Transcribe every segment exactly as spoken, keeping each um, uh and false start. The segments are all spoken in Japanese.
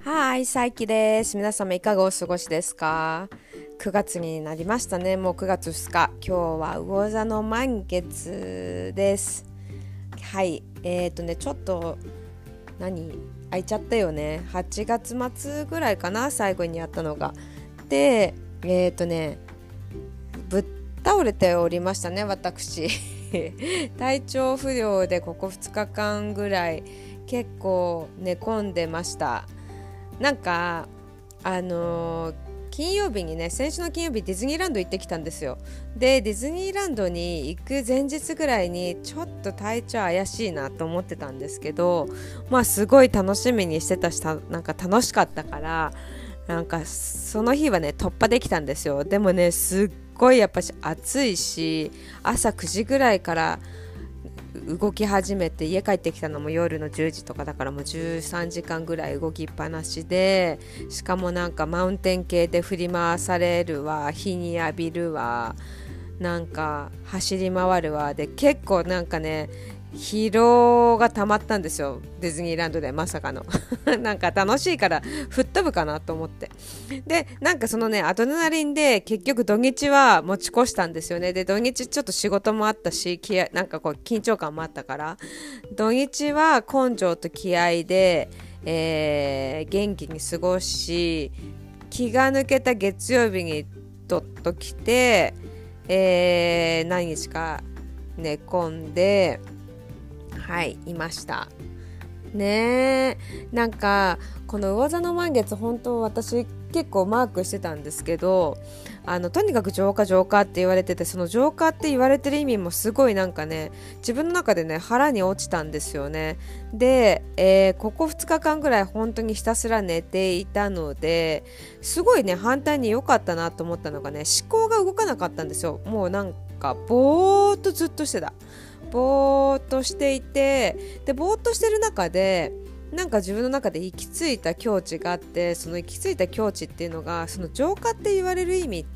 はい、さいきです。皆様いかがお過ごしですか？くがつになりましたね。もうくがつふつか。今日は魚座の満月です。はい、えーとね、ちょっと何空いちゃったよね。はちがつ末ぐらいかな、最後にやったのが。で、えーとね、ぶっ倒れておりましたね、私。体調不良でここふつかかんぐらい結構寝込んでました。なんかあのー金曜日にね、先週の金曜日ディズニーランド行ってきたんですよ。でディズニーランドに行く前日ぐらいにちょっと体調怪しいなと思ってたんですけど、まあすごい楽しみにしてたし、なんか楽しかったから、なんかその日はね突破できたんですよ。でもね、すっごいやっぱし暑いし、朝くじぐらいから動き始めて、家帰ってきたのも夜のじゅうじとかだから、もうじゅうさんじかんぐらい動きっぱなしで、しかもなんかマウンテン系で振り回されるわ、日に浴びるわ、なんか走り回るわで、結構なんかね疲労が溜まったんですよ、ディズニーランドで。まさかのなんか楽しいから吹っ飛ぶかなと思って。でなんかそのねアドレナリンで結局土日は持ち越したんですよね。で土日ちょっと仕事もあったし、気合なんかこう緊張感もあったから、土日は根性と気合で、えー元気に過ごし、気が抜けた月曜日にとっと来て、えー何日か寝込んで、はいいましたね。なんかこの魚座の満月、本当私結構マークしてたんですけど、あのとにかく浄化浄化って言われてて、その浄化って言われてる意味もすごいなんかね、自分の中でね腹に落ちたんですよね。で、えーここふつかかんぐらい本当にひたすら寝ていたので、すごいね反対に良かったなと思ったのがね、思考が動かなかったんですよ。もうなんかぼーっとずっとしてた。ぼーっとしていて、でぼーっとしてる中でなんか自分の中で行き着いた境地があって、その行き着いた境地っていうのが、その浄化って言われる意味って、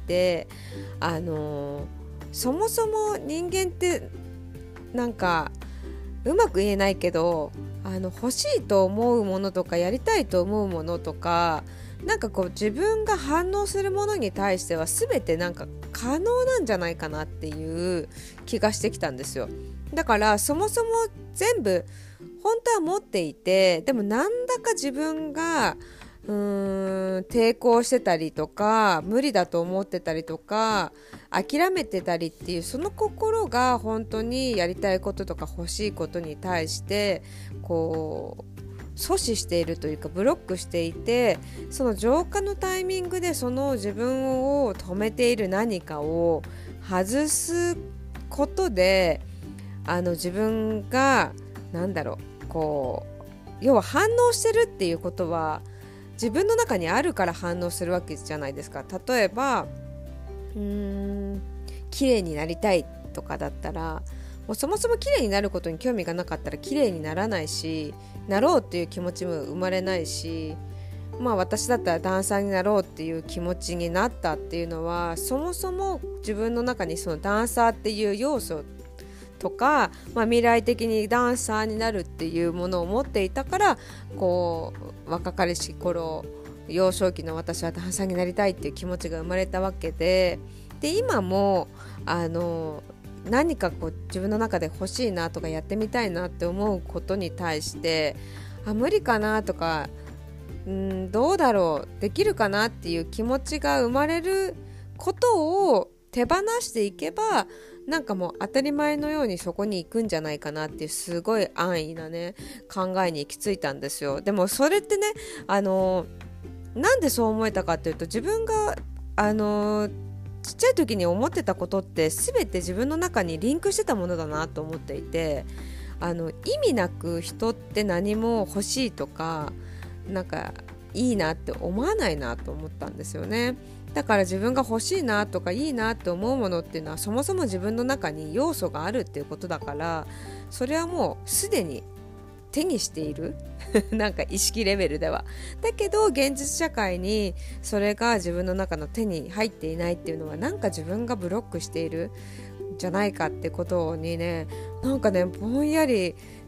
あのーそもそも人間ってなんかうまく言えないけど、あの欲しいと思うものとかやりたいと思うものとか、なんかこう自分が反応するものに対しては全てなんか可能なんじゃないかなっていう気がしてきたんですよ。だからそもそも全部本当は持っていて、でもなんだか自分がうーん抵抗してたりとか、無理だと思ってたりとか、諦めてたりっていう、その心が本当にやりたいこととか欲しいことに対してこう阻止しているというか、ブロックしていて、その浄化のタイミングでその自分を止めている何かを外すことで、あの自分がなんだろう、こう要は反応してるっていうことは自分の中にあるから反応するわけじゃないですか。例えばうーん綺麗になりたいとかだったら、もうそもそも綺麗になることに興味がなかったら綺麗にならないし、なろうっていう気持ちも生まれないし、まあ私だったらダンサーになろうっていう気持ちになったっていうのは、そもそも自分の中にそのダンサーっていう要素とか、まあ、未来的にダンサーになるっていうものを持っていたから、こう若かりし頃、幼少期の私はダンサーになりたいっていう気持ちが生まれたわけで、で今もあの何かこう自分の中で欲しいなとかやってみたいなって思うことに対して、あ無理かなとか、んどうだろう、できるかなっていう気持ちが生まれることを手放していけば、なんかもう当たり前のようにそこに行くんじゃないかなっていう、すごい安易なね考えに行き着いたんですよ。でもそれってね、あのなんでそう思えたかっていうと、自分があのちっちゃい時に思ってたことって全て自分の中にリンクしてたものだなと思っていて、あの意味なく人って何も欲しいとかなんかいいなって思わないなと思ったんですよね。だから自分が欲しいなとかいいなって思うものっていうのは、そもそも自分の中に要素があるっていうことだから、それはもうすでに手にしているなんか意識レベルでは。だけど現実社会にそれが自分の中の手に入っていないっていうのは、なんか自分がブロックしているんじゃないかってことにね、なんかねぼんやり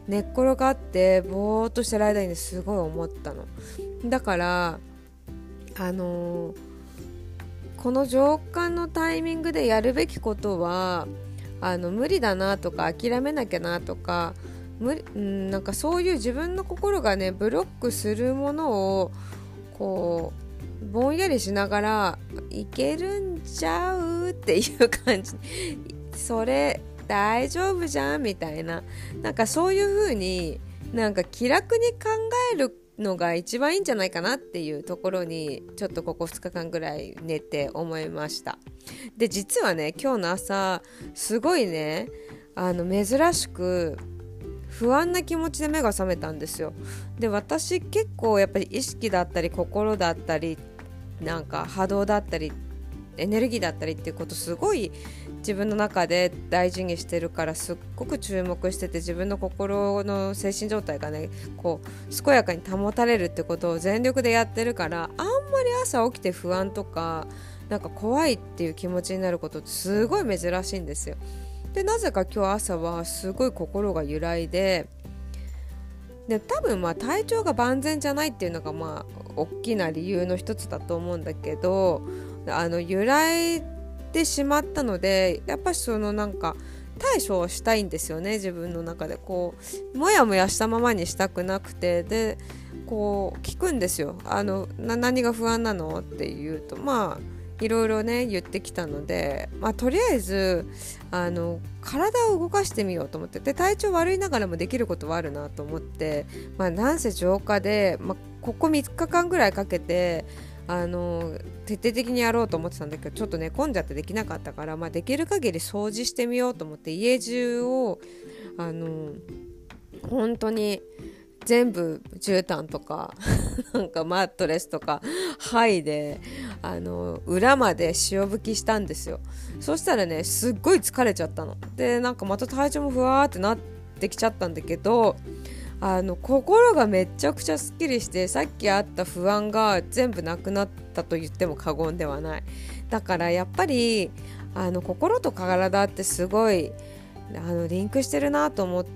寝っ転がってぼーっとしてる間に、ね、すごい思ったの。だからあのー、この浄化のタイミングでやるべきことはあの無理だなとか諦めなきゃなとか無理、うん、なんかそういう自分の心がねブロックするものをこうぼんやりしながらいけるんちゃうっていう感じ、それ大丈夫じゃんみたいな、なんかそういう風になんか気楽に考えるのが一番いいんじゃないかなっていうところにちょっとここふつかかんぐらい寝て思いました。で実はね今日の朝すごいねあの珍しく不安な気持ちで目が覚めたんですよ。で私結構やっぱり意識だったり心だったりなんか波動だったりエネルギーだったりっていうことすごい自分の中で大事にしてるから、すっごく注目してて、自分の心の精神状態がねこう健やかに保たれるってことを全力でやってるから、あんまり朝起きて不安とかなんか怖いっていう気持ちになることってすごい珍しいんですよ。でなぜか今日朝はすごい心が揺らいで、で多分まあ体調が万全じゃないっていうのがまあ大きな理由の一つだと思うんだけど、あの揺らいでしまったので、やっぱりそのなんか対処をしたいんですよね。自分の中でこうもやもやしたままにしたくなくて、でこう聞くんですよ。あのな何が不安なのって言うと、まあいろいろね言ってきたので、まあ、とりあえずあの体を動かしてみようと思って、で体調悪いながらもできることはあるなと思って、まあ、なんせ浄化で、まあ、ここみっかかんぐらいかけてあの徹底的にやろうと思ってたんだけど、ちょっと寝込んじゃってできなかったから、まあ、できる限り掃除してみようと思って家中をあの本当に全部絨毯とかなんかマットレスとか剥いであの裏まで塩拭きしたんですよ。そしたらねすっごい疲れちゃったので、なんかまた体調もふわーってなってきちゃったんだけど、あの心がめちゃくちゃすっきりして、さっきあった不安が全部なくなったと言っても過言ではない。だからやっぱりあの心と体ってすごいあのリンクしてるなと思って、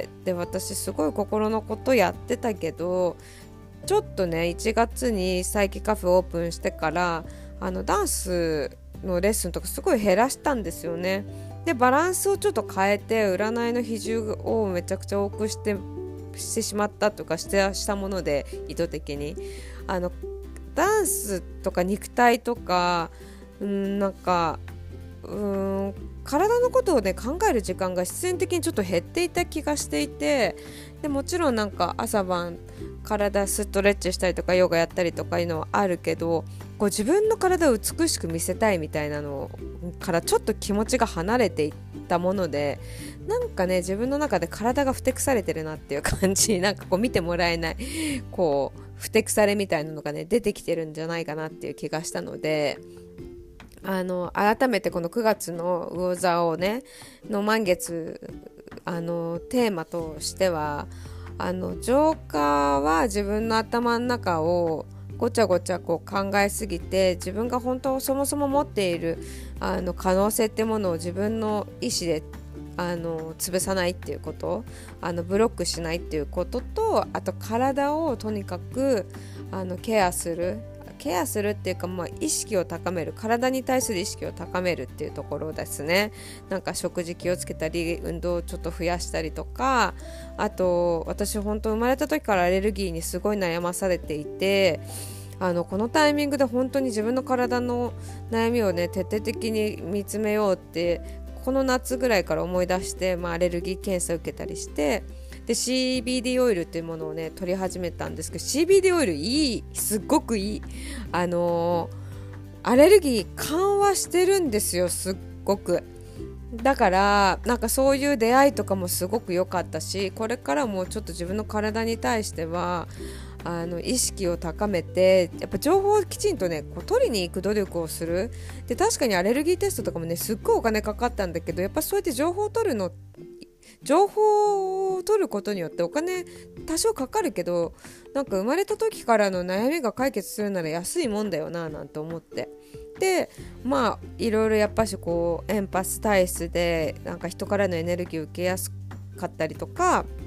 で私すごい心のことやってたけど、ちょっとねいちがつにサイキカフェオープンしてからあのダンスのレッスンとかすごい減らしたんですよね。でバランスをちょっと変えて占いの比重をめちゃくちゃ多くしてしてしまったとかしてしたもので、意図的にあのダンスとか肉体とかんなんかうーん体のことをね考える時間が必然的にちょっと減っていた気がしていて、でもちろんなんか朝晩体ストレッチしたりとかヨガやったりとかいうのはあるけど、こう自分の体を美しく見せたいみたいなのからちょっと気持ちが離れていったもので、なんかね自分の中で体がふてくされてるなっていう感じ、なんかこう見てもらえないこうふてくされみたいなのがね出てきてるんじゃないかなっていう気がしたので、あの改めてこのくがつの魚座をねの満月あのテーマとしては、あの浄化は自分の頭の中をごちゃごちゃこう考えすぎて、自分が本当そもそも持っているあの可能性ってものを自分の意思であの潰さないっていうこと、あのブロックしないっていうことと、あと体をとにかくあのケアするケアするっていうか、まあ、意識を高める、体に対する意識を高めるっていうところですね。なんか食事気をつけたり運動をちょっと増やしたりとか、あと私本当生まれた時からアレルギーにすごい悩まされていて、あのこのタイミングで本当に自分の体の悩みをね徹底的に見つめようってこの夏ぐらいから思い出して、まあ、アレルギー検査を受けたりして、で シービーディー オイルっていうものをね取り始めたんですけど、 シービーディー オイルいい、すっごくいい、あのー、アレルギー緩和してるんですよ、すっごく。だからなんかそういう出会いとかもすごく良かったし、これからもちょっと自分の体に対してはあの意識を高めて、やっぱ情報をきちんとねこう取りに行く努力をする。で確かにアレルギーテストとかもねすっごいお金かかったんだけど、やっぱそうやって情報を取るの情報を取ることによってお金多少かかるけど、なんか生まれた時からの悩みが解決するなら安いもんだよななんて思って、でまあいろいろやっぱしこうエンパス体質でなんか人からのエネルギーを受けやすかったりとか、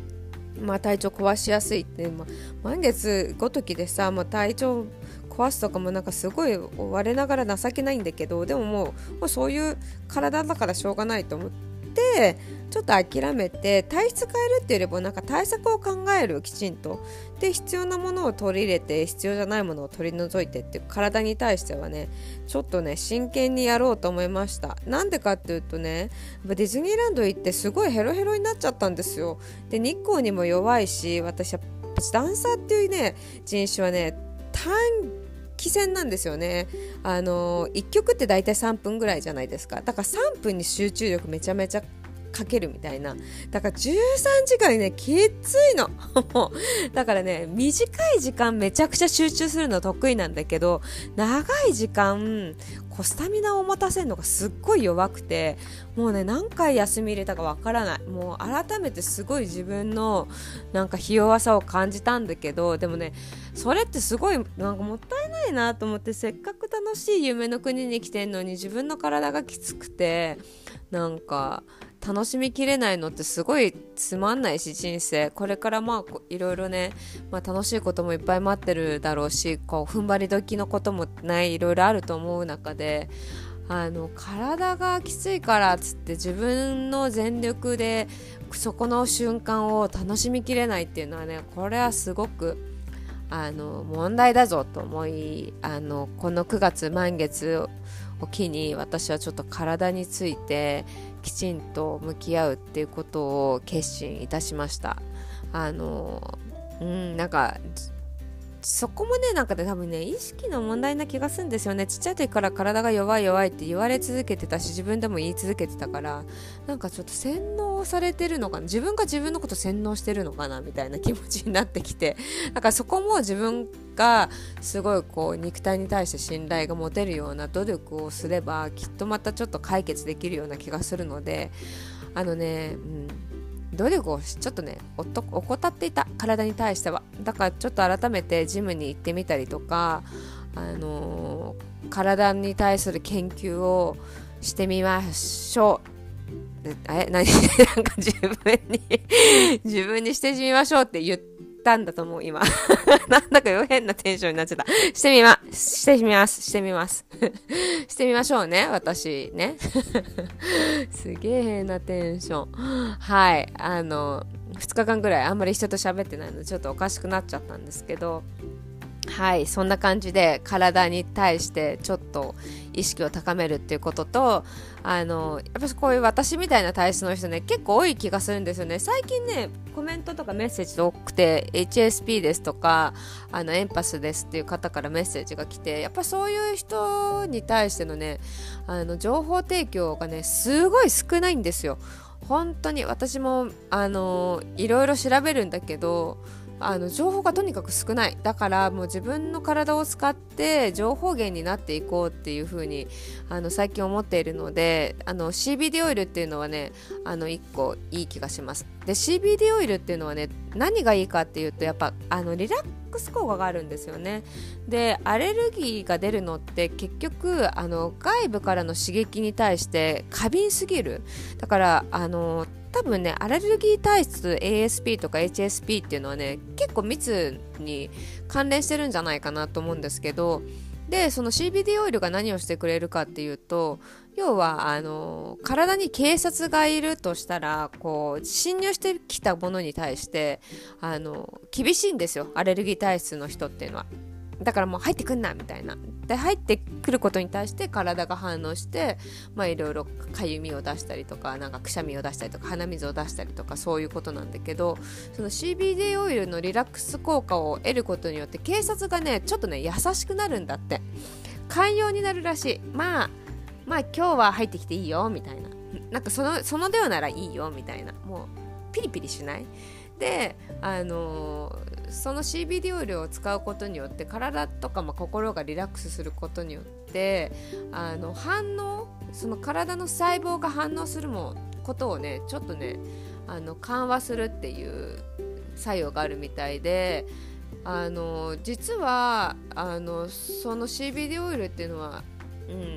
まあ、体調壊しやすいって、まあ、満月ごときでさ、もう体調壊すとかもなんかすごい我ながら情けないんだけど、でももう、もうそういう体だからしょうがないと思ってちょっと諦めて、体質変えるっていうよりもなんか対策を考える、きちんとで必要なものを取り入れて必要じゃないものを取り除いてっていう、体に対してはねちょっとね真剣にやろうと思いました。なんでかっていうとね、ディズニーランド行ってすごいヘロヘロになっちゃったんですよ。で日光にも弱いし、私はダンサーっていうね人種はね短期戦なんですよね。あのいっきょくってだいたいさんぷんぐらいじゃないですか。だからさんぷんに集中力めちゃめちゃかけるみたいな。だからじゅうさんじかんねきついのもうだからね短い時間めちゃくちゃ集中するの得意なんだけど、長い時間こうスタミナを持たせるのがすっごい弱くて、もうね何回休み入れたかわからない。もう改めてすごい自分のなんかひ弱さを感じたんだけど、でもねそれってすごいなんかもったいないなと思って、せっかく楽しい夢の国に来てんのに自分の体がきつくてなんか楽しみきれないのってすごいつまんないし、人生これからまあいろいろね、まあ、楽しいこともいっぱい待ってるだろうし、こう踏ん張り時のこともねいろいろあると思う中で、あの体がきついからっつって自分の全力でそこの瞬間を楽しみきれないっていうのはね、これはすごくあの問題だぞと思い、あのこのくがつ満月を機に私はちょっと体についてきちんと向き合うっていうことを決心いたしました。あのうんなんかそこもねなんかね多分ね意識の問題な気がするんですよね。ちっちゃい時から体が弱い弱いって言われ続けてたし、自分でも言い続けてたから、なんかちょっと洗脳されてるのかな、自分が自分のこと洗脳してるのかなみたいな気持ちになってきて、だからそこも自分がすごいこう肉体に対して信頼が持てるような努力をすればきっとまたちょっと解決できるような気がするので、あのね、うん努力をちょっとねおと怠っていた、体に対しては。だからちょっと改めてジムに行ってみたりとか、あのー、体に対する研究をしてみましょう。え何なんか自分に自分にしてみましょうって言ったんだと思う今なんだか変なテンションになっちゃった。してみましてみますしてみますしてみましょうね、私ねすげえ変なテンション。はい、あのふつかかんぐらいあんまり人と喋ってないのでちょっとおかしくなっちゃったんですけど、はい、そんな感じで体に対してちょっと意識を高めるっていうことと、あのやっぱりこういう私みたいな体質の人ね結構多い気がするんですよね。最近ねコメントとかメッセージ多くて エイチエスピー ですとかあのエンパスですっていう方からメッセージが来て、やっぱそういう人に対してのねあの情報提供がねすごい少ないんですよ。本当に私もあのいろいろ調べるんだけど、あの情報がとにかく少ない。だからもう自分の体を使って情報源になっていこうっていう風にあの最近思っているので、あの シービーディー オイルっていうのはねあのいっこいい気がします。で シービーディー オイルっていうのはね何がいいかっていうと、やっぱあのリラックス効果があるんですよね。でアレルギーが出るのって結局あの外部からの刺激に対して過敏すぎる。だからあの多分ねアレルギー体質 エーエスピー とか エイチエスピー っていうのはね結構密に関連してるんじゃないかなと思うんですけど、でその シービーディー オイルが何をしてくれるかっていうと、要はあの体に警察がいるとしたらこう侵入してきたものに対してあの厳しいんですよ、アレルギー体質の人っていうのは。だからもう入ってくんなみたいな。で入ってくることに対して体が反応して、まあいろいろかゆみを出したりとか、なんかくしゃみを出したりとか鼻水を出したりとか、そういうことなんだけど、その シービーディー オイルのリラックス効果を得ることによって警察がねちょっとね優しくなるんだって。寛容になるらしい。まあまあ今日は入ってきていいよみたいな、なんかそのその量ならいいよみたいな、もうピリピリしないで、あのーその シービーディー オイルを使うことによって体とか、まあ、心がリラックスすることによってあの反応、その体の細胞が反応するもことをねちょっとねあの緩和するっていう作用があるみたいで、あの実はあのその シービーディー オイルっていうのは、うん、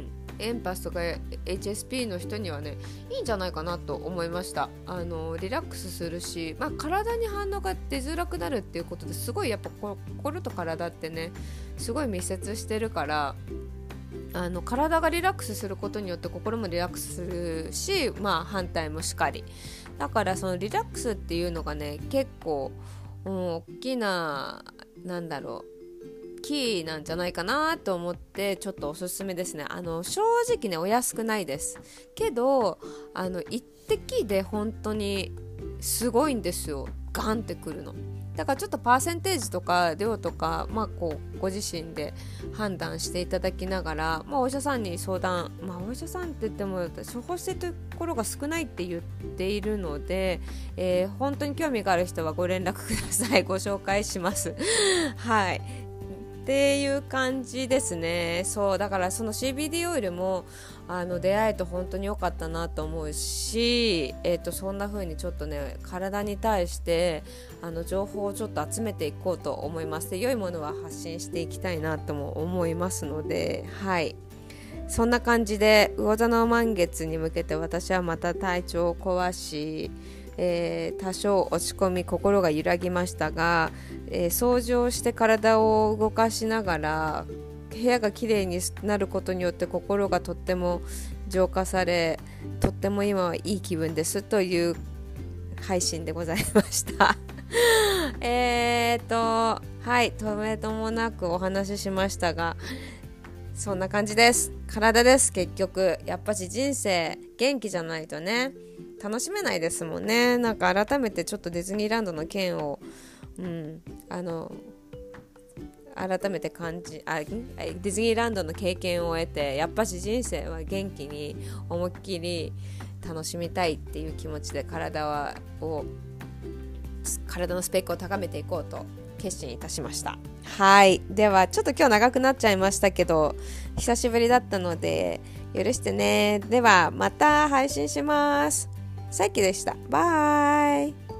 エンパスとか エイチエスピー の人にはねいいんじゃないかなと思いました。あのリラックスするし、まあ、体に反応が出づらくなるっていうことですごいやっぱ心と体ってねすごい密接してるから、あの体がリラックスすることによって心もリラックスするし、まあ反対もしかりだから、そのリラックスっていうのがね結構、うん、大きななんだろうキーなんじゃないかなと思って、ちょっとおすすめですね。あの正直ねお安くないですけど、あの一滴で本当にすごいんですよ、ガンってくるの。だからちょっとパーセンテージとか量とか、まあ、こうご自身で判断していただきながら、まあ、お医者さんに相談、まあ、お医者さんって言っても処方してるところが少ないって言っているので、えー、本当に興味がある人はご連絡ください。ご紹介しますはいっていう感じですね。そうだからその シービーディー オイルもあの出会えて本当に良かったなと思うし、えー、とそんな風にちょっとね体に対してあの情報をちょっと集めていこうと思います。で良いものは発信していきたいなとも思いますので、はいそんな感じで魚座の満月に向けて私はまた体調を壊し、えー、多少落ち込み心が揺らぎましたが、えー、掃除をして体を動かしながら部屋がきれいになることによって心がとっても浄化され、とっても今はいい気分ですという配信でございましたえーとはいとめどもなくお話ししましたが、そんな感じです。体です。結局やっぱし人生元気じゃないとね楽しめないですもんね。なんか改めてちょっとディズニーランドの件を、うん、あの改めて感じあディズニーランドの経験を得て、やっぱし人生は元気に思いっきり楽しみたいっていう気持ちで体はを体のスペックを高めていこうと決心いたしました。はい、ではちょっと今日長くなっちゃいましたけど久しぶりだったので許してね。ではまた配信します。さっきでした。バイ。